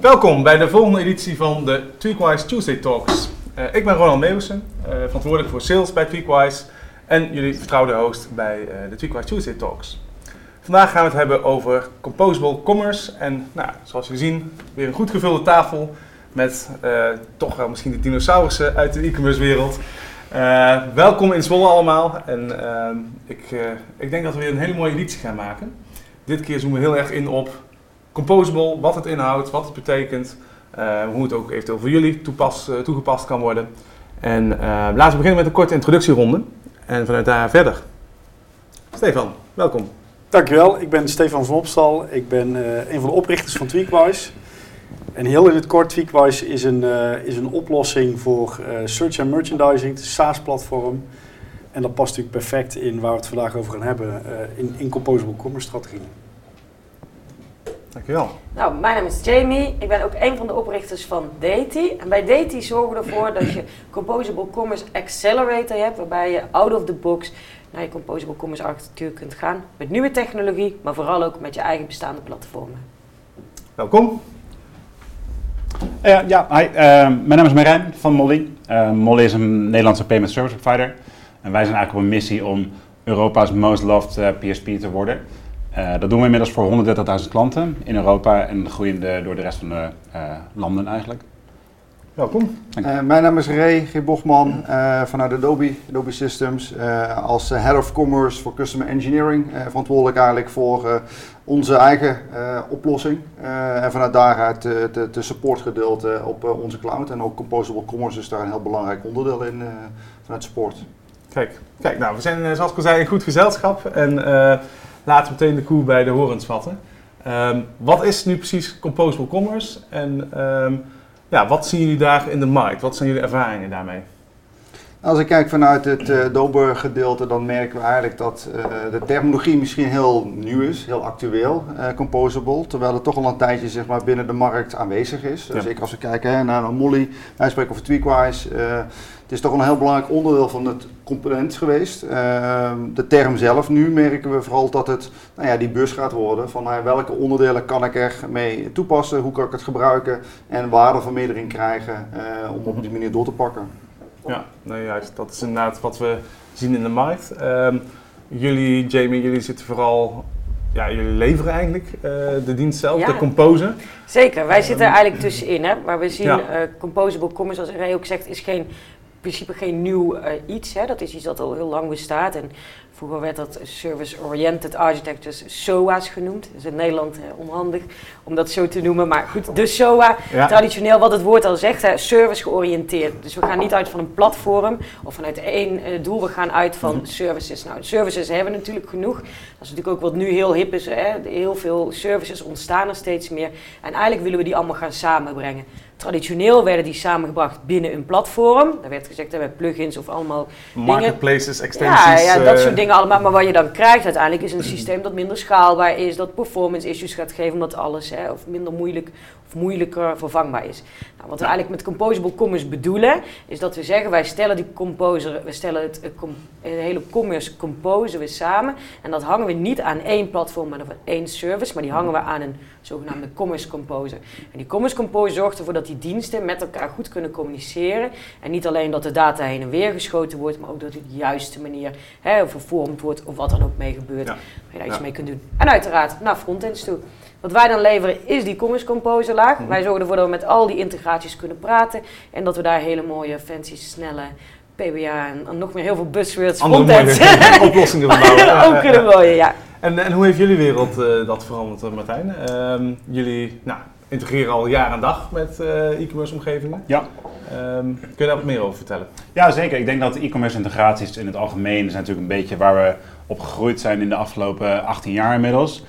Welkom bij de volgende editie van de Tweakwise Tuesday Talks. Ik ben Ronald Meeuwsen, verantwoordelijk voor sales bij Tweakwise en jullie vertrouwde host bij de Tweakwise Tuesday Talks. Vandaag gaan we het hebben over Composable Commerce en zoals jullie zien weer een goed gevulde tafel met toch wel misschien de dinosaurussen uit de e-commerce wereld. Welkom in Zwolle allemaal en ik denk dat we weer een hele mooie editie gaan maken. Dit keer zoomen we heel erg in op Composable, wat het inhoudt, wat het betekent, hoe het ook eventueel voor jullie toegepast kan worden. En laten we beginnen met een korte introductieronde en vanuit daar verder. Stefan, welkom. Dankjewel, ik ben Stefan van Opstal. Ik ben een van de oprichters van Tweakwise. En heel in het kort, Tweakwise is een oplossing voor search and merchandising, het is een SaaS-platform. En dat past natuurlijk perfect in waar we het vandaag over gaan hebben, in Composable Commerce strategieën. Dankjewel. Nou, mijn naam is Jamie. Ik ben ook een van de oprichters van Deity. En bij Deity zorgen we ervoor dat je Composable Commerce Accelerator hebt, waarbij je out of the box naar je Composable Commerce architectuur kunt gaan. Met nieuwe technologie, maar vooral ook met je eigen bestaande platformen. Welkom. Hi. Mijn naam is Marijn van Molly. Molly is een Nederlandse payment service provider. En wij zijn eigenlijk op een missie om Europa's most loved PSP te worden. Dat doen we inmiddels voor 130.000 klanten in Europa en groeiende door de rest van de landen eigenlijk. Welkom. Mijn naam is Ray G. Bochman vanuit Adobe Systems. Als Head of Commerce voor Customer Engineering verantwoordelijk eigenlijk voor onze eigen oplossing. En vanuit daaruit de supportgedeelte op onze cloud. En ook Composable Commerce is daar een heel belangrijk onderdeel in vanuit support. Kijk, nou we zijn zoals ik al zei een goed gezelschap en laten we meteen de koe bij de horens vatten. Wat is nu precies Composable Commerce en wat zien jullie daar in de markt? Wat zijn jullie ervaringen daarmee? Als ik kijk vanuit het Adobe gedeelte, dan merken we eigenlijk dat de terminologie misschien heel nieuw is, heel actueel, Composable, terwijl het toch al een tijdje zeg maar, binnen de markt aanwezig is. Dus zeker als we kijken naar Molly, wij spreken over Tweakwise, het is toch een heel belangrijk onderdeel van het component geweest. De term zelf nu merken we vooral dat het die bus gaat worden van welke onderdelen kan ik er mee toepassen, hoe kan ik het gebruiken en waardevermeerdering krijgen om op die manier door te pakken. Ja, juist. Dat is inderdaad wat we zien in de markt. Jullie, Jamie, jullie zitten vooral, jullie leveren eigenlijk de dienst zelf, de Composer. Zeker, wij zitten er eigenlijk tussenin. Hè? Maar we zien Composable Commerce, als Ray ook zegt, is in principe geen nieuw iets. Hè? Dat is iets dat al heel lang bestaat. En vroeger werd dat Service Oriented Architectures, SOA's genoemd. Dat is in Nederland onhandig om dat zo te noemen. Maar goed, de SOA, traditioneel wat het woord al zegt, service georiënteerd. Dus we gaan niet uit van een platform of vanuit één doel. We gaan uit van services. Nou, services hebben we natuurlijk genoeg. Dat is natuurlijk ook wat nu heel hip is. Hè? Heel veel services ontstaan er steeds meer. En eigenlijk willen we die allemaal gaan samenbrengen. Traditioneel werden die samengebracht binnen een platform. Daar werd gezegd met plugins of allemaal marketplaces, extensies. Ja, dat soort dingen allemaal. Maar wat je dan krijgt uiteindelijk is een systeem dat minder schaalbaar is, dat performance issues gaat geven omdat alles of minder moeilijk of moeilijker vervangbaar is. Nou, wat we eigenlijk met Composable Commerce bedoelen, is dat we zeggen wij stellen die composer, we stellen het hele commerce composen we samen. En dat hangen we niet aan één platform, maar aan één service, maar die hangen we aan een zogenaamde commerce composer. En die commerce composer zorgt ervoor dat die diensten met elkaar goed kunnen communiceren. En niet alleen dat de data heen en weer geschoten wordt, maar ook dat het op de juiste manier vervormd wordt of wat dan ook mee gebeurt. Waar je daar iets mee kunt doen. En uiteraard naar frontends toe. Wat wij dan leveren is die commerce composer laag. Wij zorgen ervoor dat we met al die integraties kunnen praten. En dat we daar hele mooie, fancy, snelle PWA en nog meer heel veel buzzwords, frontends oplossingen van bouwen. ook kunnen bouwen, ja. En hoe heeft jullie wereld dat veranderd, Martijn? Jullie integreren al jaar en dag met e-commerce omgevingen. Ja. Kun je daar wat meer over vertellen? Ja, zeker. Ik denk dat de e-commerce integraties in het algemeen is natuurlijk een beetje waar we op gegroeid zijn in de afgelopen 18 jaar inmiddels.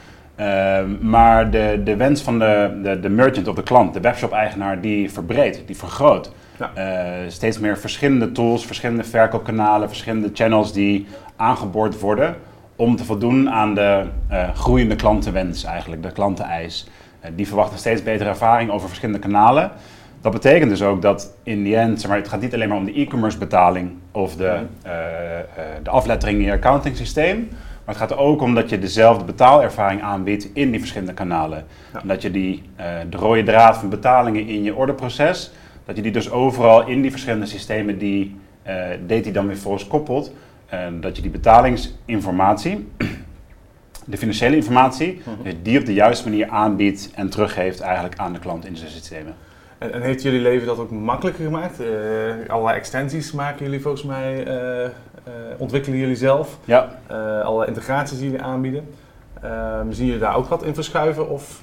Maar de wens van de merchant of de klant, de webshop-eigenaar, die verbreedt, die vergroot. Ja. Steeds meer verschillende tools, verschillende verkoopkanalen, verschillende channels die aangeboord worden om te voldoen aan de groeiende klantenwens eigenlijk, de klanteneis. Die verwachten steeds betere ervaring over verschillende kanalen. Dat betekent dus ook dat in die end, zeg maar, het gaat niet alleen maar om de e-commerce betaling of de aflettering in je accounting systeem, Maar het gaat ook om dat je dezelfde betaalervaring aanbiedt in die verschillende kanalen. Ja. En dat je de rode draad van betalingen in je orderproces, dat je die dus overal in die verschillende systemen die DT dan weer volgens koppelt, dat je die betalingsinformatie, de financiële informatie, die op de juiste manier aanbiedt en teruggeeft eigenlijk aan de klant in zijn systemen. En heeft jullie leven dat ook makkelijker gemaakt? Allerlei extensies maken jullie volgens mij, ontwikkelen jullie zelf. Ja. Alle integraties die jullie aanbieden. Zien jullie daar ook wat in verschuiven? Of?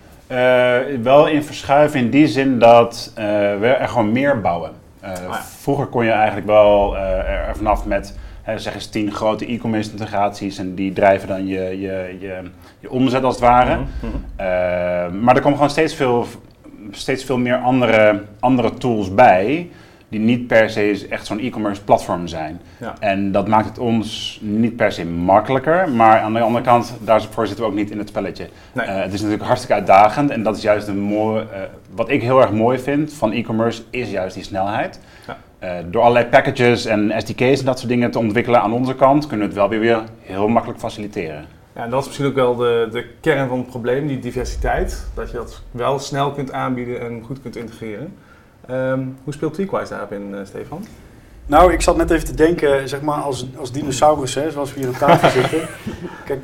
Wel in verschuiven in die zin dat we er gewoon meer bouwen. Vroeger kon je eigenlijk wel er vanaf met zeg eens 10 grote e-commerce integraties en die drijven dan je omzet als het ware. Maar er komen gewoon steeds veel meer andere tools bij die niet per se echt zo'n e-commerce platform zijn. Ja. En dat maakt het ons niet per se makkelijker, maar aan de andere kant, daarvoor zitten we ook niet in het spelletje. Nee. Het is natuurlijk hartstikke uitdagend en dat is juist wat ik heel erg mooi vind van e-commerce, is juist die snelheid. Ja. Door allerlei packages en SDK's en dat soort dingen te ontwikkelen aan onze kant, kunnen we het wel weer heel makkelijk faciliteren. Ja, en dat is misschien ook wel de kern van het probleem, die diversiteit. Dat je dat wel snel kunt aanbieden en goed kunt integreren. Hoe speelt Tweakwise daarop in, Stefan? Nou, ik zat net even te denken, zeg maar als dinosaurus, zoals we hier aan tafel zitten. Kijk,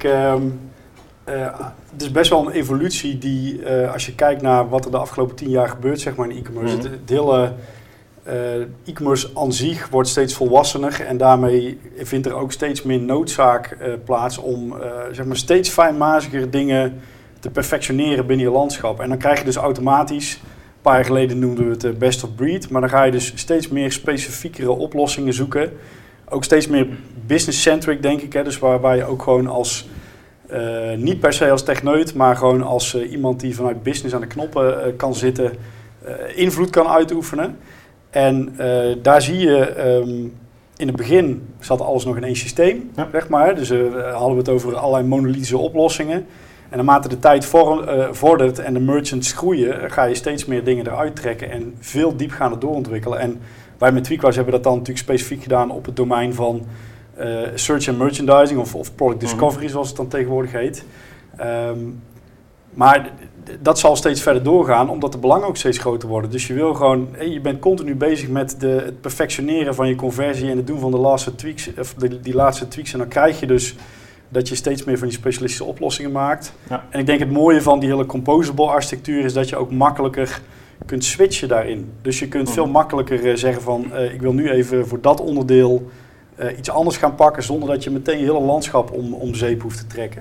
het is best wel een evolutie die, als je kijkt naar wat er de afgelopen 10 jaar gebeurt, zeg maar in e-commerce. Het hele e-commerce aan zich wordt steeds volwassener en daarmee vindt er ook steeds meer noodzaak plaats om zeg maar steeds fijnmaziger dingen te perfectioneren binnen je landschap. En dan krijg je dus automatisch, een paar jaar geleden noemden we het best of breed, maar dan ga je dus steeds meer specifiekere oplossingen zoeken. Ook steeds meer business-centric, denk ik. Dus waar je ook gewoon als, niet per se als techneut, maar gewoon als iemand die vanuit business aan de knoppen kan zitten, invloed kan uitoefenen. En daar zie je, in het begin zat alles nog in één systeem, zeg maar. Dus hadden we het over allerlei monolithische oplossingen. En naarmate de tijd vordert en de merchants groeien, ga je steeds meer dingen eruit trekken en veel diepgaander doorontwikkelen. En wij met Tweakwise hebben dat dan natuurlijk specifiek gedaan op het domein van search and merchandising of product discovery, zoals het dan tegenwoordig heet. Maar dat zal steeds verder doorgaan, omdat de belangen ook steeds groter worden. Dus je wil gewoon, je bent continu bezig met het perfectioneren van je conversie en het doen van de laatste tweaks, of die laatste tweaks. En dan krijg je dus dat je steeds meer van die specialistische oplossingen maakt. Ja. En ik denk het mooie van die hele composable architectuur is dat je ook makkelijker kunt switchen daarin. Dus je kunt veel makkelijker zeggen van, ik wil nu even voor dat onderdeel iets anders gaan pakken, zonder dat je meteen je hele landschap om zeep hoeft te trekken.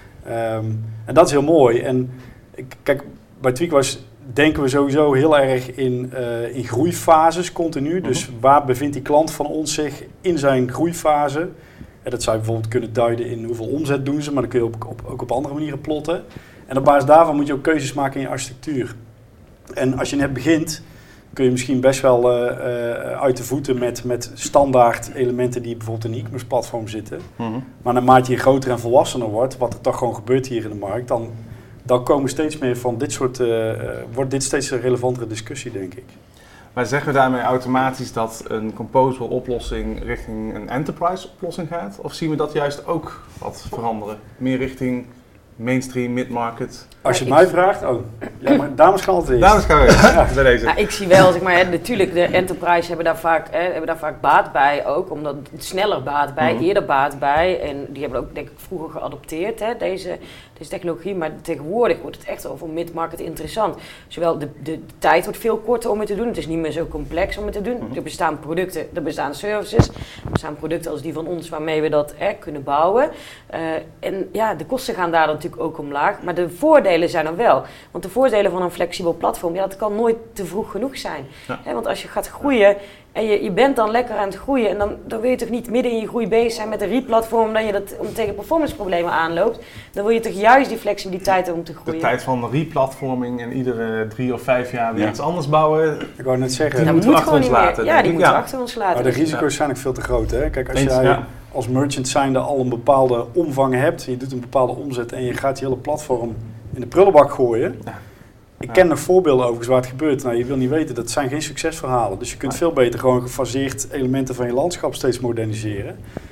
En dat is heel mooi. En kijk, bij Tweakwise denken we sowieso heel erg in groeifases continu. Dus waar bevindt die klant van ons zich in zijn groeifase? En dat zou je bijvoorbeeld kunnen duiden in hoeveel omzet doen ze, maar dat kun je ook op andere manieren plotten. En op basis daarvan moet je ook keuzes maken in je architectuur. En als je net begint, kun je misschien best wel uit de voeten met standaard elementen die bijvoorbeeld in een e-commerce platform zitten. Maar naarmate je groter en volwassener wordt, wat er toch gewoon gebeurt hier in de markt, dan komen steeds meer van dit soort, wordt dit steeds een relevantere discussie, denk ik. Maar zeggen we daarmee automatisch dat een composable oplossing richting een enterprise oplossing gaat? Of zien we dat juist ook wat veranderen? Meer richting mainstream, mid-market? Als je het mij vraagt, ja, maar dames gaan altijd eerst. Dames gaan weer bij deze. Nou, ik zie wel, zeg maar, natuurlijk de enterprise hebben daar vaak baat bij ook, omdat het sneller baat bij, eerder baat bij. En die hebben ook denk ik vroeger geadopteerd, deze technologie, maar tegenwoordig wordt het echt over mid-market interessant. Zowel de tijd wordt veel korter om het te doen, het is niet meer zo complex om het te doen. Er bestaan producten, er bestaan services, er bestaan producten als die van ons waarmee we dat kunnen bouwen. En ja, de kosten gaan daar natuurlijk ook omlaag, maar de voordelen zijn er wel. Want de voordelen van een flexibel platform, dat kan nooit te vroeg genoeg zijn. Ja. Want als je gaat groeien en je bent dan lekker aan het groeien en dan wil je toch niet midden in je groei bezig zijn met een replatform dat je om tegen performance problemen aanloopt. Dan wil je toch juist die flexibiliteit om te groeien. De tijd van replatforming en iedere 3 of 5 jaar weer iets anders bouwen. Ik wou net zeggen, die moeten we achter ons laten. Ja, die moeten we achter ons laten. Maar de risico's zijn ook veel te groot. Hè? Kijk, als jij als merchant zijnde al een bepaalde omvang hebt, je doet een bepaalde omzet en je gaat je hele platform in de prullenbak gooien. Ja. Ik ken nog voorbeelden overigens waar het gebeurt. Nou, je wil niet weten, dat zijn geen succesverhalen. Dus je kunt veel beter gewoon gefaseerd elementen van je landschap steeds moderniseren.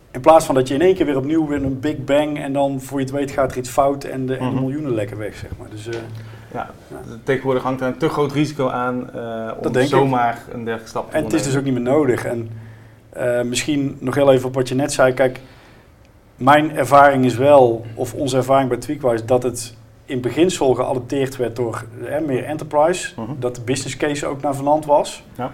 In plaats van dat je in één keer weer opnieuw weer een big bang en dan voor je het weet gaat er iets fout en de miljoenen lekker weg, zeg maar. Dus, tegenwoordig hangt er een te groot risico aan om zomaar een dergelijke stap te en het is dus ook niet meer nodig. En misschien nog heel even op wat je net zei. Kijk, mijn ervaring is wel, of onze ervaring bij Tweakwise, dat het in beginsel geadopteerd werd door meer enterprise. Dat de business case ook naar venant was. Ja.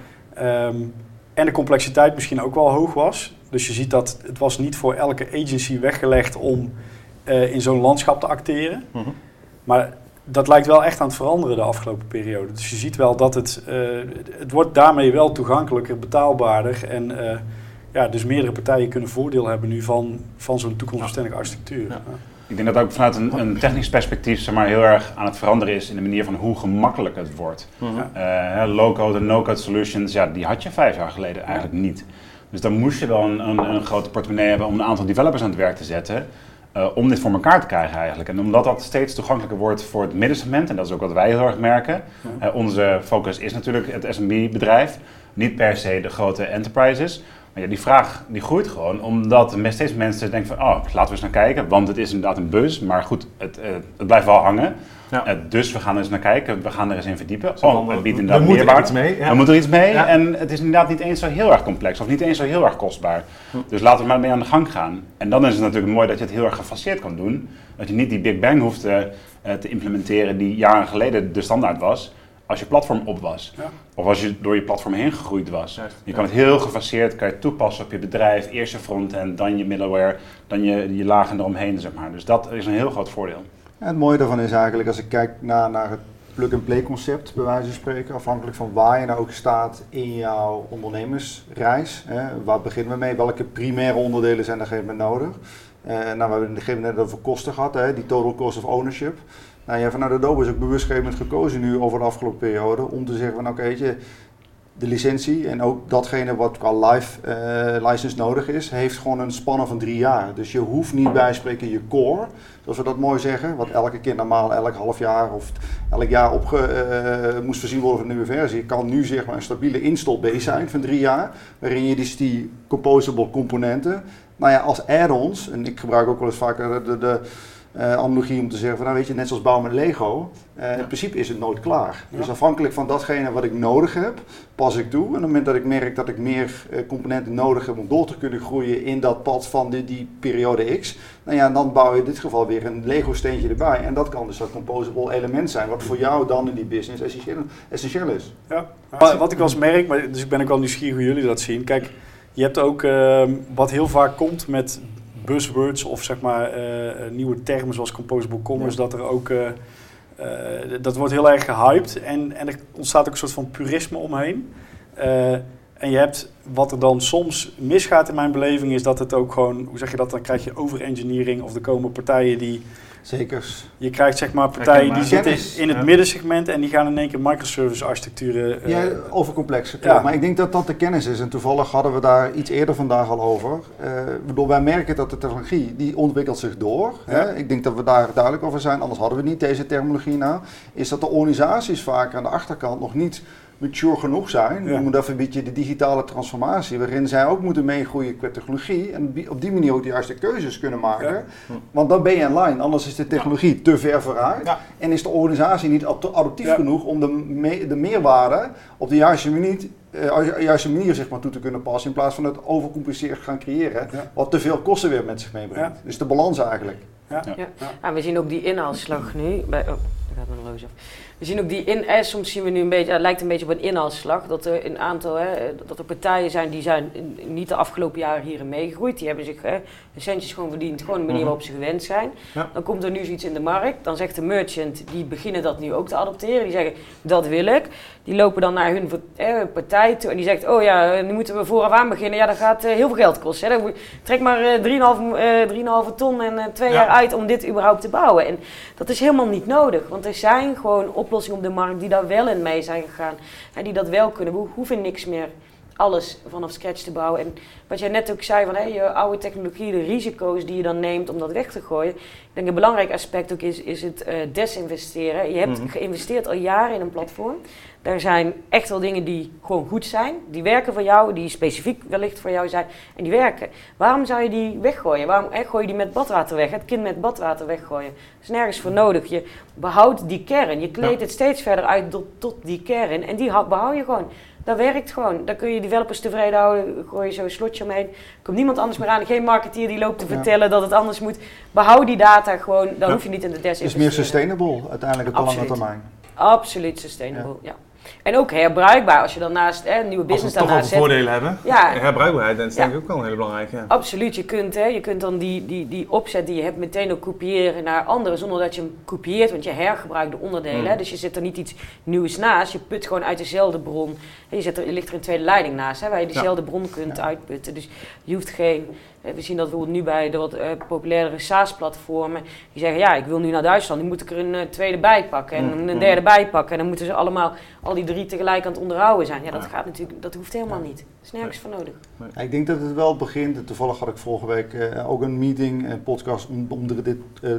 En de complexiteit misschien ook wel hoog was. Dus je ziet dat het was niet voor elke agency weggelegd om in zo'n landschap te acteren. Maar dat lijkt wel echt aan het veranderen de afgelopen periode. Dus je ziet wel dat het wordt daarmee wel toegankelijker, betaalbaarder. En dus meerdere partijen kunnen voordeel hebben nu van zo'n toekomstbestendige architectuur. Ja. Ik denk dat ook vanuit een technisch perspectief zeg maar, heel erg aan het veranderen is in de manier van hoe gemakkelijk het wordt. Low-code en no-code solutions, die had je 5 jaar geleden eigenlijk niet. Dus dan moest je wel een grote portemonnee hebben om een aantal developers aan het werk te zetten. Om dit voor elkaar te krijgen eigenlijk. En omdat dat steeds toegankelijker wordt voor het middensegment, en dat is ook wat wij heel erg merken. Onze focus is natuurlijk het SMB-bedrijf, niet per se de grote enterprises. Maar die vraag die groeit gewoon, omdat steeds mensen denken van, laten we eens naar kijken, want het is inderdaad een buzz, maar goed, het blijft wel hangen. Ja. Dus we gaan er eens naar kijken, we gaan er eens in verdiepen. Het biedt inderdaad meerwaarde. We moeten er iets mee en het is inderdaad niet eens zo heel erg complex of niet eens zo heel erg kostbaar. Dus laten we maar mee aan de gang gaan. En dan is het natuurlijk mooi dat je het heel erg gefaseerd kan doen. Dat je niet die Big Bang hoeft te implementeren die jaren geleden de standaard was. Als je platform op was. Ja. Of als je door je platform heen gegroeid was. Juist, je kan het heel gefaseerd kan je toepassen op je bedrijf. Eerst je frontend, dan je middleware, dan je lagen eromheen, zeg maar. Dus dat is een heel groot voordeel. Ja, het mooie daarvan is eigenlijk, als ik kijk naar het plug-and-play concept, bij wijze van spreken, afhankelijk van waar je nou ook staat in jouw ondernemersreis. Waar beginnen we mee? Welke primaire onderdelen zijn er geen meer nodig? We hebben het net over kosten gehad, die total cost of ownership. Vanuit Adobe is ook bewust gekozen nu over de afgelopen periode om te zeggen van oké, de licentie en ook datgene wat qua license nodig is, heeft gewoon een spanne van 3 jaar. Dus je hoeft niet bij spreken je core, zoals we dat mooi zeggen, wat elke keer normaal elk half jaar of elk jaar moest voorzien worden van een nieuwe versie. Je kan nu zeg maar een stabiele install base zijn van 3 jaar, waarin je dus die composable componenten, als add-ons, en ik gebruik ook wel eens vaker de analogie om te zeggen van, net zoals bouwen met Lego, in principe is het nooit klaar. Ja. Dus afhankelijk van datgene wat ik nodig heb, pas ik toe. En op het moment dat ik merk dat ik meer componenten nodig heb om door te kunnen groeien in dat pad van die periode X, dan bouw je in dit geval weer een Lego steentje erbij. En dat kan dus dat composable element zijn, wat voor jou dan in die business essentieel is. Ja. Wat ik wel eens merk, dus ik ben ook wel nieuwsgierig hoe jullie dat zien. Kijk, je hebt ook wat heel vaak komt met buzzwords of zeg maar nieuwe termen zoals composable commerce, dat er ook dat wordt heel erg gehyped en er ontstaat ook een soort van purisme omheen. En je hebt, wat er dan soms misgaat in mijn beleving, is dat het ook gewoon, hoe zeg je dat, dan krijg je overengineering of er komen partijen die... Zeker. Je krijgt zeg maar partijen die zitten in het middensegment en die gaan in één keer microservice architecturen... overcomplex. Ja. Maar ik denk dat dat de kennis is en toevallig hadden we daar iets eerder vandaag al over. Wij merken dat de technologie, die ontwikkelt zich door. Ja. Ik denk dat we daar duidelijk over zijn, anders hadden we niet deze terminologie nou. Is dat de organisaties vaak aan de achterkant nog niet mature genoeg zijn. We noemen dat een beetje de digitale transformatie, waarin zij ook moeten meegroeien qua technologie en op die manier ook de juiste keuzes kunnen maken. Ja. Want dan ben je in line, anders is de technologie te ver vooruit en is de organisatie niet adaptief genoeg om de meerwaarde op de juiste manier zeg maar, toe te kunnen passen, in plaats van het overcompenseerd gaan creëren, wat te veel kosten weer met zich meebrengt. Ja. Dus de balans eigenlijk. We zien ook die inhaalslag nu. Daar gaat mijn horloge af. We zien ook soms zien we nu een beetje, het lijkt een beetje op een inhaalslag, dat er een aantal, dat er partijen zijn die zijn niet de afgelopen jaren hierin meegegroeid. Die hebben zich de centjes gewoon verdiend, gewoon de manier waarop ze gewend zijn. Ja. Dan komt er nu zoiets in de markt, dan zegt de merchant, die beginnen dat nu ook te adopteren. Die zeggen, dat wil ik. Die lopen dan naar hun partij toe en die zegt, nu moeten we vooraf aan beginnen. Ja, dat gaat heel veel geld kosten. Hè. Trek maar 3,5 ton en 2 jaar uit om dit überhaupt te bouwen. En dat is helemaal niet nodig, want er zijn gewoon oplossingen op de markt die daar wel in mee zijn gegaan. Die dat wel kunnen. We hoeven niks meer alles vanaf scratch te bouwen. En wat jij net ook zei, van je oude technologie, de risico's die je dan neemt om dat weg te gooien. Ik denk een belangrijk aspect ook is het desinvesteren. Je hebt geïnvesteerd al jaren in een platform. Er zijn echt wel dingen die gewoon goed zijn. Die werken voor jou, die specifiek wellicht voor jou zijn. En die werken. Waarom zou je die weggooien? Waarom gooi je die met badwater weg? Het kind met badwater weggooien. Dat is nergens voor nodig. Je behoudt die kern. Je kleedt het steeds verder uit tot die kern. En die behoud je gewoon. Dat werkt gewoon. Daar kun je developers tevreden houden. Gooi je zo'n slotje omheen. Komt niemand anders meer aan. Geen marketeer die loopt te vertellen dat het anders moet. Behoud die data gewoon. Dan hoef je niet in de desinvesteren. Het is meer sustainable uiteindelijk op de lange termijn. Absoluut sustainable, ja. En ook herbruikbaar. Als je dan naast een nieuwe business daarnaast zet. Als we toch ook voordelen hebben. Ja. Herbruikbaarheid, dat is denk ik ook wel een hele belangrijke. Ja. Absoluut. Je kunt dan die opzet die je hebt meteen ook kopiëren naar anderen. Zonder dat je hem kopieert, want je hergebruikt de onderdelen. Dus je zet er niet iets nieuws naast. Je put gewoon uit dezelfde bron. En je ligt er een tweede leiding naast, waar je dezelfde bron kunt uitputten. Dus je hoeft geen... We zien dat bijvoorbeeld nu bij de wat populairdere SaaS-platformen. Die zeggen, ik wil nu naar Duitsland. Nu moet ik er een tweede bij pakken en een derde bij pakken. En dan moeten ze allemaal, al die 3 tegelijk aan het onderhouden zijn. Ja, dat gaat natuurlijk, dat hoeft helemaal niet. Dat is nergens voor nodig. Ja, ik denk dat het wel begint. Toevallig had ik vorige week ook een meeting, een podcast onder dit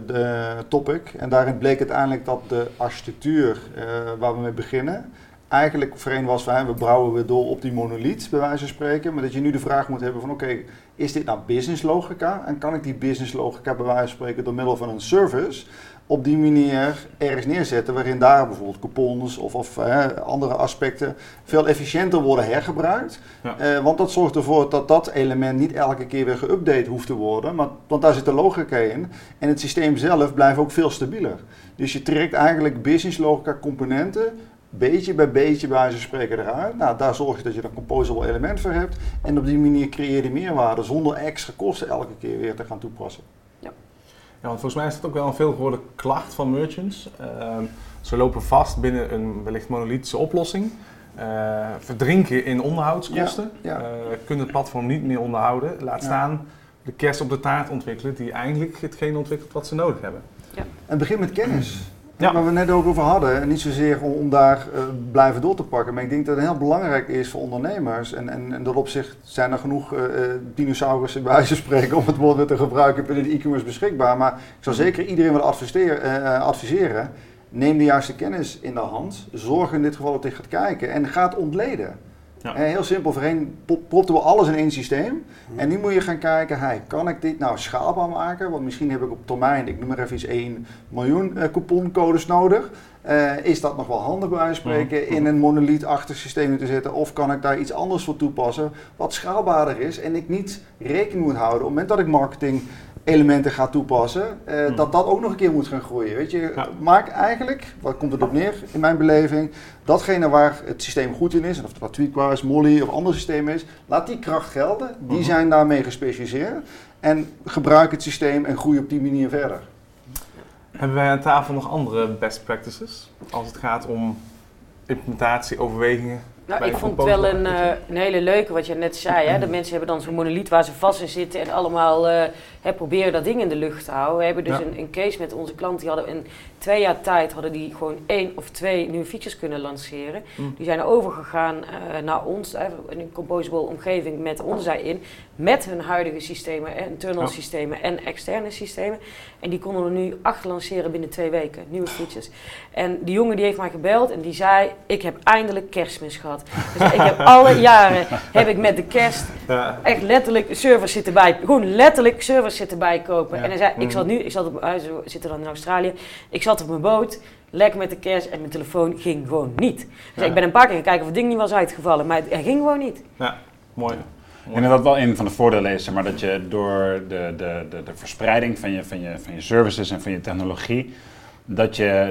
topic. En daarin bleek uiteindelijk dat de architectuur waar we mee beginnen... eigenlijk verenigd was van, we brouwen weer door op die monolith, bij wijze van spreken. Maar dat je nu de vraag moet hebben van, oké, is dit nou business logica? En kan ik die business logica bij wijze van spreken door middel van een service op die manier ergens neerzetten, waarin daar bijvoorbeeld coupons of andere aspecten veel efficiënter worden hergebruikt. Ja. Want dat zorgt ervoor dat dat element niet elke keer weer geüpdate hoeft te worden, want daar zit de logica in. En het systeem zelf blijft ook veel stabieler. Dus je trekt eigenlijk business logica componenten beetje bij beetje bij wijze van spreken eruit. Nou, daar zorg je dat je er een composable element voor hebt. En op die manier creëer je meerwaarde zonder extra kosten elke keer weer te gaan toepassen. Ja, want volgens mij is dat ook wel een veelgehoorde klacht van merchants. Ze lopen vast binnen een wellicht monolithische oplossing. Verdrinken in onderhoudskosten. Kunnen het platform niet meer onderhouden. Laat staan de kerst op de taart ontwikkelen die eigenlijk hetgeen ontwikkelt wat ze nodig hebben. Ja. En het begint met kennis. Ja. Waar we net ook over hadden, en niet zozeer om daar blijven door te pakken, maar ik denk dat het heel belangrijk is voor ondernemers. En dat opzicht zijn er genoeg dinosaurussen bij wijze van spreken om het woord weer te gebruiken binnen de e-commerce beschikbaar. Maar ik zou zeker iedereen willen adviseren, neem de juiste kennis in de hand, zorg in dit geval dat je gaat kijken en gaat ontleden. Ja. Heel simpel, voorheen propten we alles in één systeem. En nu moet je gaan kijken, kan ik dit nou schaalbaar maken? Want misschien heb ik op termijn, ik noem maar even eens 1 miljoen couponcodes nodig. Is dat nog wel handig bij wijze van spreken in een monolith-achtig systeem te zetten? Of kan ik daar iets anders voor toepassen wat schaalbaarder is en ik niet rekening moet houden op het moment dat ik marketing elementen gaat toepassen, dat ook nog een keer moet gaan groeien. Weet je, maak eigenlijk, wat komt het op neer in mijn beleving, datgene waar het systeem goed in is, en of het Tweakwise, Molly of ander systeem is, laat die kracht gelden, die zijn daarmee gespecialiseerd en gebruik het systeem en groei op die manier verder. Hebben wij aan tafel nog andere best practices als het gaat om implementatieoverwegingen? Nou, ik vond het wel een hele leuke wat je net zei. Hè? De mensen hebben dan zo'n monolith waar ze vast in zitten en allemaal proberen dat ding in de lucht te houden. We hebben dus een case met onze klant, die hadden in 2 jaar tijd gewoon 1 of 2 nieuwe features kunnen lanceren. Die zijn overgegaan naar ons, in een composable omgeving met ons daarin, met hun huidige systemen, internal systemen en externe systemen. En die konden er nu 8 lanceren binnen 2 weken, nieuwe features. En die jongen die heeft mij gebeld en die zei, ik heb eindelijk Kerstmis gehad. Dus ik heb alle jaren met de kerst echt letterlijk servers zitten bij, gewoon letterlijk servers zitten bijkopen. En hij zei, ze zitten dan in Australië, ik zat op mijn boot, lekker met de kerst en mijn telefoon ging gewoon niet. Dus ik ben een paar keer gaan kijken of het ding niet was uitgevallen, maar het ging gewoon niet. Ja, mooi. Ik denk dat dat wel een van de voordelen is, maar dat je door de verspreiding van je services en van je technologie, dat je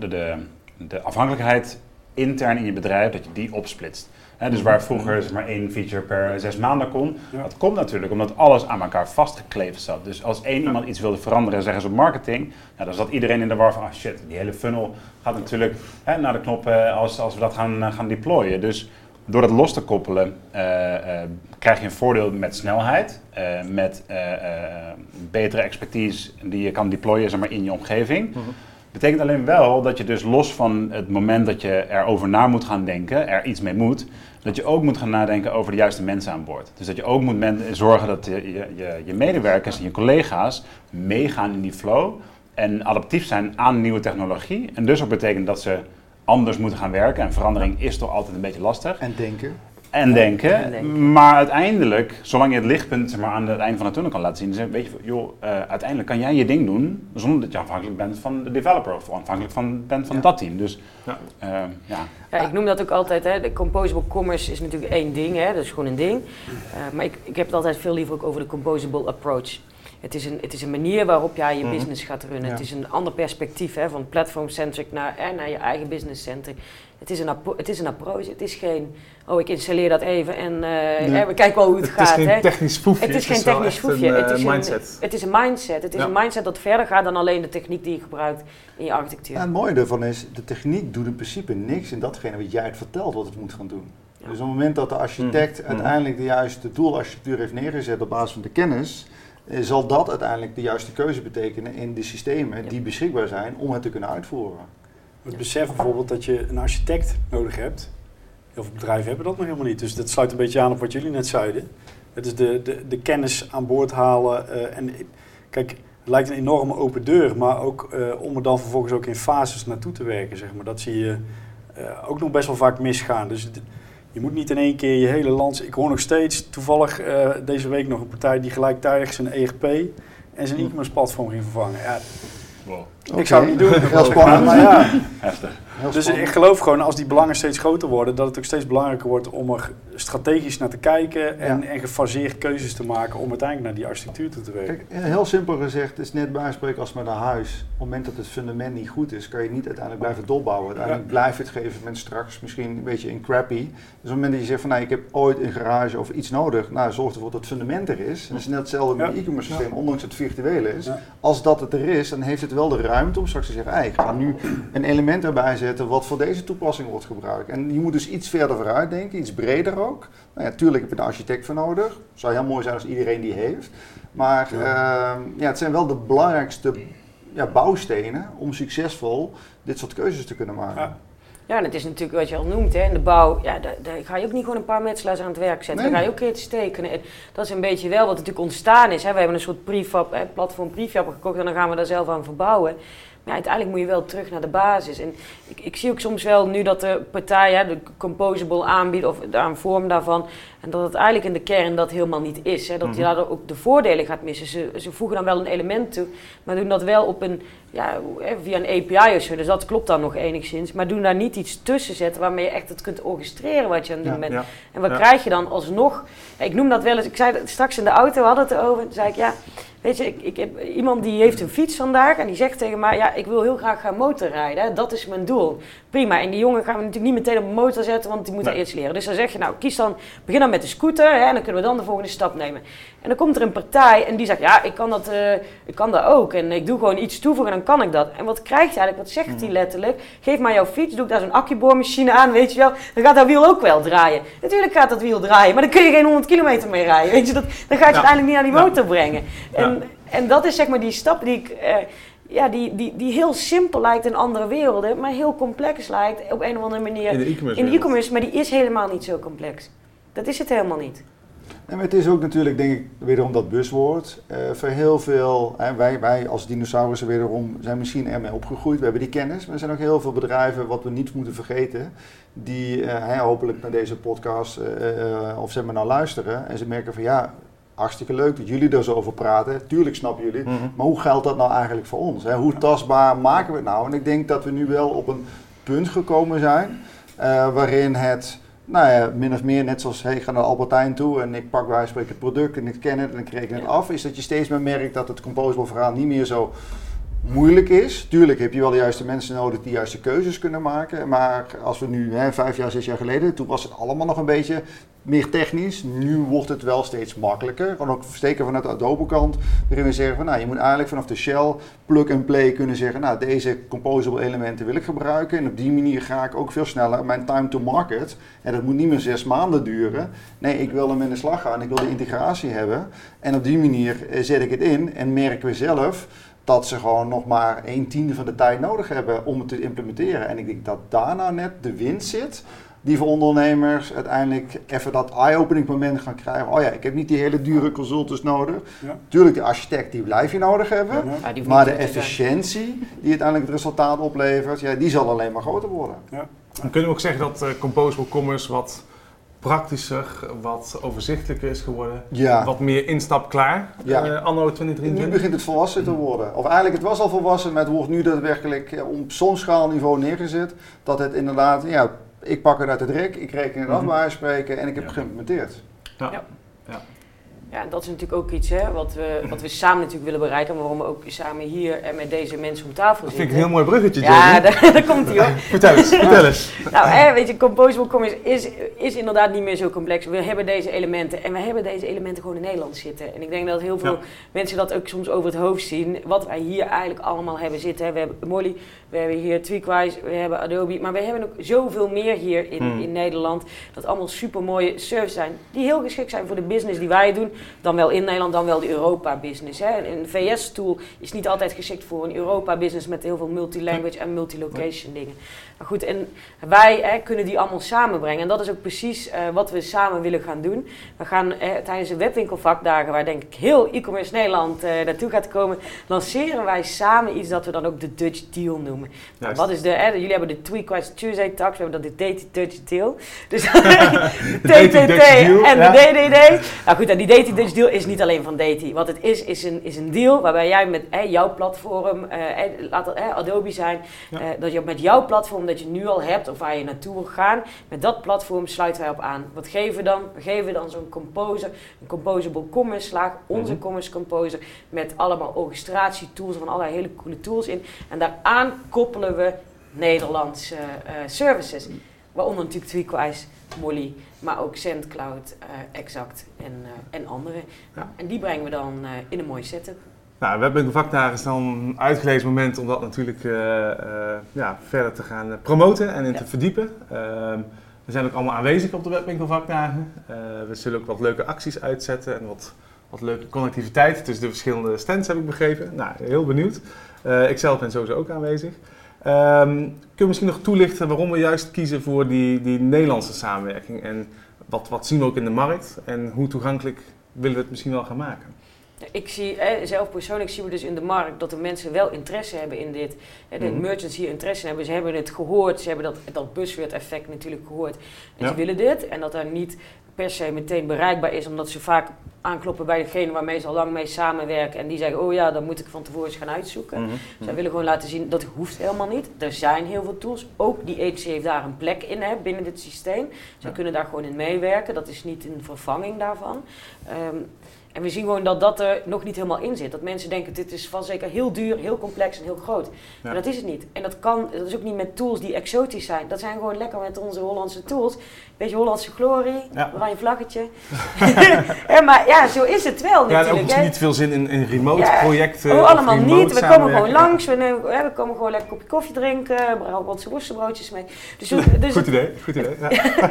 de afhankelijkheid intern in je bedrijf, dat je die opsplitst. Dus waar vroeger maar 1 feature per 6 maanden kon, dat komt natuurlijk omdat alles aan elkaar vastgekleefd zat. Dus als één iemand iets wilde veranderen, zeggen ze op marketing, dan zat iedereen in de war van, shit, die hele funnel gaat natuurlijk naar de knop als we dat gaan deployen. Dus door dat los te koppelen krijg je een voordeel met snelheid, met betere expertise die je kan deployen in je omgeving. Betekent alleen wel dat je dus los van het moment dat je erover na moet gaan denken, er iets mee moet, dat je ook moet gaan nadenken over de juiste mensen aan boord. Dus dat je ook moet zorgen dat je medewerkers en je collega's meegaan in die flow en adaptief zijn aan nieuwe technologie. En dus ook betekent dat ze anders moeten gaan werken. En verandering is toch altijd een beetje lastig. En denken. Maar uiteindelijk, zolang je het lichtpunt aan het eind van de tunnel kan laten zien, dan weet je, joh, uiteindelijk kan jij je ding doen zonder dat je afhankelijk bent van de developer of afhankelijk bent van dat team. Dus Ja, ik noem dat ook altijd, hè, de composable commerce is natuurlijk één ding, hè, dat is gewoon een ding. Maar ik heb het altijd veel liever ook over de composable approach. Het is een manier waarop jij je business gaat runnen. Ja. Het is een ander perspectief, hè, van platform-centric naar je eigen business-centric. Het is een approach. Het is geen, ik installeer dat even en we kijken wel hoe het gaat. Het is geen technisch foefje. Het is geen technisch foefje. Het is een mindset. Het is een mindset. Het is een mindset dat verder gaat dan alleen de techniek die je gebruikt in je architectuur. En het mooie daarvan is, de techniek doet in principe niks in datgene wat jij het vertelt wat het moet gaan doen. Ja. Dus op het moment dat de architect uiteindelijk de juiste doolarchitectuur heeft neergezet op basis van de kennis, zal dat uiteindelijk de juiste keuze betekenen in de systemen die beschikbaar zijn om het te kunnen uitvoeren. Het besef bijvoorbeeld dat je een architect nodig hebt. Heel veel bedrijven hebben dat nog helemaal niet. Dus dat sluit een beetje aan op wat jullie net zeiden. Het is de kennis aan boord halen. En kijk, het lijkt een enorme open deur, maar ook om er dan vervolgens ook in fases naartoe te werken, zeg maar. Dat zie je ook nog best wel vaak misgaan. Dus je moet niet in één keer je hele land. Ik hoor nog steeds, toevallig deze week nog een partij die gelijktijdig zijn ERP en zijn e-commerce platform ging vervangen. Ja, ik zou het niet doen. Heel spannend. Maar ja. Heftig. Dus ik geloof gewoon, als die belangen steeds groter worden, dat het ook steeds belangrijker wordt om er strategisch naar te kijken en gefaseerd keuzes te maken om uiteindelijk naar die architectuur toe te werken. Kijk, heel simpel gezegd, het is net bijspreken als met een huis. Op het moment dat het fundament niet goed is, kan je niet uiteindelijk blijven doorbouwen. Uiteindelijk blijft het gegeven moment straks misschien een beetje in crappy. Dus op het moment dat je zegt van, ik heb ooit een garage of iets nodig, zorg ervoor dat het fundament er is. En dat is net hetzelfde met het e-commerce systeem, ondanks het virtuele is. Ja. Als dat het er is, dan heeft het wel de ruimte om straks te zeggen, ik ga nu een element erbij zetten wat voor deze toepassing wordt gebruikt. En je moet dus iets verder vooruit denken, iets breder ook. Tuurlijk heb je een architect voor nodig. Het zou heel mooi zijn als iedereen die heeft. Maar het zijn wel de belangrijkste bouwstenen om succesvol dit soort keuzes te kunnen maken. Ja, en het is natuurlijk wat je al noemt, hè, in de bouw, daar ga je ook niet gewoon een paar metselaars aan het werk zetten. Nee. Daar ga je ook iets tekenen. En dat is een beetje wel wat natuurlijk ontstaan is. Hè. We hebben een soort platform prefab gekocht en dan gaan we daar zelf aan verbouwen. Maar uiteindelijk moet je wel terug naar de basis. En ik zie ook soms wel nu dat de partij de composable aanbiedt of een vorm daarvan. En dat het eigenlijk in de kern dat helemaal niet is. Hè. Dat je daar ook de voordelen gaat missen. Ze voegen dan wel een element toe, maar doen dat wel op via een API of zo. Dus dat klopt dan nog enigszins. Maar doen daar niet iets tussen zetten waarmee je echt het kunt orchestreren wat je aan het doen bent. Ja. En wat krijg je dan alsnog? Ik noem dat wel eens, ik zei het straks in de auto, we hadden het erover. Toen zei ik, weet je, ik heb iemand die heeft een fiets vandaag en die zegt tegen mij, ik wil heel graag gaan motorrijden. Hè. Dat is mijn doel. Prima. En die jongen gaan we natuurlijk niet meteen op een motor zetten, want die moet er eerst leren. Dus dan zeg je, begin dan met de scooter, hè, en dan kunnen we dan de volgende stap nemen. En dan komt er een partij en die zegt, ik kan dat ook. En ik doe gewoon iets toevoegen en dan kan ik dat. En wat krijg je eigenlijk? Wat zegt hij letterlijk? Geef maar jouw fiets, doe ik daar zo'n accuboormachine aan, weet je wel. Dan gaat dat wiel ook wel draaien. Natuurlijk gaat dat wiel draaien, maar dan kun je geen 100 kilometer mee rijden. Weet je, dan ga je uiteindelijk niet naar die motor brengen. En dat is zeg maar die stap die ik... die heel simpel lijkt in andere werelden, maar heel complex lijkt op een of andere manier in de e-commerce, maar die is helemaal niet zo complex. Dat is het helemaal niet. Nee, maar het is ook natuurlijk, denk ik, wederom dat buzzwoord. Voor heel veel, wij als dinosaurussen wederom zijn misschien ermee opgegroeid. We hebben die kennis, maar er zijn ook heel veel bedrijven, wat we niet moeten vergeten, die hopelijk naar deze podcast of seminar luisteren. En ze merken van hartstikke leuk dat jullie er zo over praten. Tuurlijk snappen jullie. Maar hoe geldt dat nou eigenlijk voor ons? Hè? Hoe tastbaar maken we het nou? En ik denk dat we nu wel op een punt gekomen zijn waarin het min of meer net zoals ik ga naar Albert Heijn toe en ik pak bij wijze van spreken het product en ik ken het en ik reken het af. Is dat je steeds meer merkt dat het composable verhaal niet meer zo moeilijk is. Tuurlijk heb je wel de juiste mensen nodig die juiste keuzes kunnen maken. Maar als we nu 5 jaar, 6 jaar geleden, toen was het allemaal nog een beetje meer technisch. Nu wordt het wel steeds makkelijker. Gewoon ook zeker vanuit de Adobe kant. Waarin we zeggen van je moet eigenlijk vanaf de shell plug and play kunnen zeggen deze composable elementen wil ik gebruiken. En op die manier ga ik ook veel sneller mijn time to market. En dat moet niet meer 6 maanden duren. Nee, ik wil hem in de slag gaan. Ik wil de integratie hebben. En op die manier zet ik het in en merken we zelf dat ze gewoon nog maar 1/10 van de tijd nodig hebben om het te implementeren. En ik denk dat daar nou net de winst zit, die voor ondernemers uiteindelijk even dat eye-opening moment gaan krijgen. Oh ja, ik heb niet die hele dure consultants nodig. Ja. Tuurlijk, die architect, die blijf je nodig hebben. Ja. Ja, die hoeft Maar niet de zo te zijn. efficiëntie die uiteindelijk het resultaat oplevert, ja, die zal alleen maar groter worden. Dan kunnen we ook zeggen dat Composable Commerce wat praktischer, wat overzichtelijker is geworden. Ja. Wat meer instapklaar, Ja. anno Nu 2023. begint het volwassen te worden. Of eigenlijk, het was al volwassen, maar het wordt nu daadwerkelijk op zo'n schaalniveau neergezet, dat het inderdaad, ja, ik pak het uit het rek, ik reken het af bij wijze van spreken en ik heb het geïmplementeerd. Ja, en dat is natuurlijk ook iets hè, wat we samen natuurlijk willen bereiken, maar waarom we ook samen hier en met deze mensen om tafel Dat zitten. vind ik een heel mooi bruggetje, Ja, Jamie. daar komt hij hoor. Vertel eens. Nou, weet je, Composable Commerce is inderdaad niet meer zo complex. We hebben deze elementen en we hebben deze elementen gewoon in Nederland zitten. En ik denk dat heel veel mensen dat ook soms over het hoofd zien. Wat wij hier eigenlijk allemaal hebben zitten. Hè. We hebben Molly, we hebben hier Tweakwise, we hebben Adobe. Maar we hebben ook zoveel meer hier in Nederland. Dat allemaal super mooie services zijn. Die heel geschikt zijn voor de business die wij doen. Dan wel in Nederland, dan wel de Europa-business. Een VS-tool is niet altijd geschikt voor een Europa-business met heel veel multilanguage en multilocation dingen. Maar goed, en wij kunnen die allemaal samenbrengen. En dat is ook precies wat we samen willen gaan doen. We gaan tijdens de webwinkelvakdagen, waar denk ik heel e-commerce Nederland naartoe gaat komen, lanceren wij samen iets dat we dan ook de Dutch Deal noemen. Nou, wat is jullie hebben de Tweakwise Tuesday Talks, we hebben dat de Daty Dutch Deal. Dus de TTT en de DDD. Nou goed, en die Daty Dutch Deal is niet alleen van Daty. Wat het is een deal waarbij jij met jouw platform, laat het Adobe zijn, dat je met jouw platform dat je nu al hebt of waar je naartoe wil gaan, met dat platform sluiten wij op aan. Wat geven we dan? We geven dan zo'n composer, een composable commerce laag, onze commerce composer, met allemaal orchestratietools van allerlei hele coole tools in. En daaraan koppelen we Nederlandse services. Waaronder natuurlijk Tweakwise, Molly, maar ook SendCloud, Exact en andere. Ja. En die brengen we dan in een mooie setup. Nou, webwinkelvakdagen is dan een uitgelezen moment om dat natuurlijk verder te gaan promoten en in te verdiepen. We zijn ook allemaal aanwezig op de webwinkelvakdagen. We zullen ook wat leuke acties uitzetten en wat leuke connectiviteit tussen de verschillende stands, heb ik begrepen. Nou, heel benieuwd. Ik zelf ben sowieso ook aanwezig. Kun je misschien nog toelichten waarom we juist kiezen voor die Nederlandse samenwerking? En wat zien we ook in de markt en hoe toegankelijk willen we het misschien wel gaan maken? Ik zie, zelf persoonlijk zien we dus in de markt dat de mensen wel interesse hebben in dit. De merchants hier interesse hebben. Ze hebben het gehoord, ze hebben dat buzzword effect natuurlijk gehoord. En ze willen dit. En dat daar niet per se meteen bereikbaar is, omdat ze vaak aankloppen bij degene waarmee ze al lang mee samenwerken. En die zeggen, oh ja, dan moet ik van tevoren eens gaan uitzoeken. Zij willen gewoon laten zien, dat hoeft helemaal niet. Er zijn heel veel tools. Ook die agency heeft daar een plek in binnen dit systeem. Zij kunnen daar gewoon in meewerken. Dat is niet een vervanging daarvan. En we zien gewoon dat er nog niet helemaal in zit. Dat mensen denken, dit is vast zeker heel duur, heel complex en heel groot. Ja. Maar dat is het niet. En dat is ook niet met tools die exotisch zijn. Dat zijn gewoon lekker met onze Hollandse tools. Beetje Hollandse glorie, oranje vlaggetje. Maar ja, zo is het wel natuurlijk. Ja, ook misschien niet veel zin in remote projecten. Oh, allemaal niet. We komen gewoon langs. We komen gewoon lekker een kopje koffie drinken. Brengen wat worstenbroodjes mee. Dus goed idee. Ja.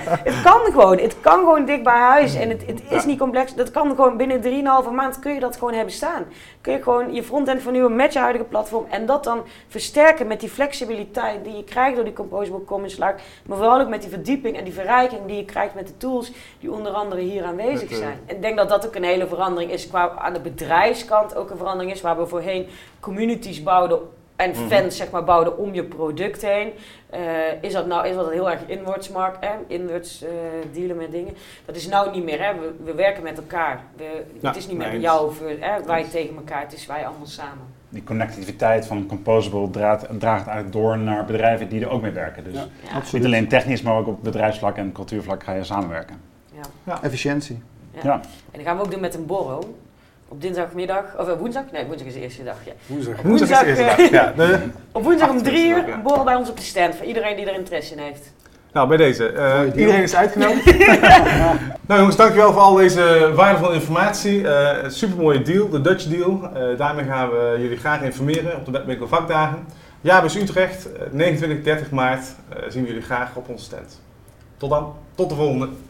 Het kan gewoon dik bij huis. En het is niet complex. Dat kan gewoon binnen 3,5 maand kun je dat gewoon hebben staan. Kun je gewoon je frontend vernieuwen met je huidige platform. En dat dan versterken met die flexibiliteit die je krijgt door die Composable Commerce laag. Maar vooral ook met die verdieping en die verrijking die je krijgt met de tools die onder andere hier aanwezig zijn. En ik denk dat dat ook een hele verandering is. Qua aan de bedrijfskant ook een verandering is. Waar we voorheen communities bouwden en fans zeg maar bouwden om je product heen. Is dat heel erg inwards inwards dealen met dingen. Dat is nou niet meer. Hè. We werken met elkaar. Het is niet meer jou, wij tegen elkaar. Het is wij allemaal samen. Die connectiviteit van Composable draagt eigenlijk door naar bedrijven die er ook mee werken. Dus niet alleen technisch, maar ook op bedrijfsvlak en cultuurvlak ga je samenwerken. Ja. Efficiëntie. Ja. En dat gaan we ook doen met een borrel. Op dinsdagmiddag, of woensdag? Nee, woensdag is de eerste dag. Ja. Woensdag is de eerste dag, ja. Op woensdag om 3 uur een borrel bij ons op de stand. Voor iedereen die er interesse in heeft. Nou, bij deze. Iedereen is uitgenodigd. Nou jongens, dankjewel voor al deze waardevolle informatie. Supermooie deal, de Dutch Deal. Daarmee gaan we jullie graag informeren op de Webwinkel Vakdagen. Jaarbeurs Utrecht, 29-30 maart zien we jullie graag op onze stand. Tot dan, tot de volgende.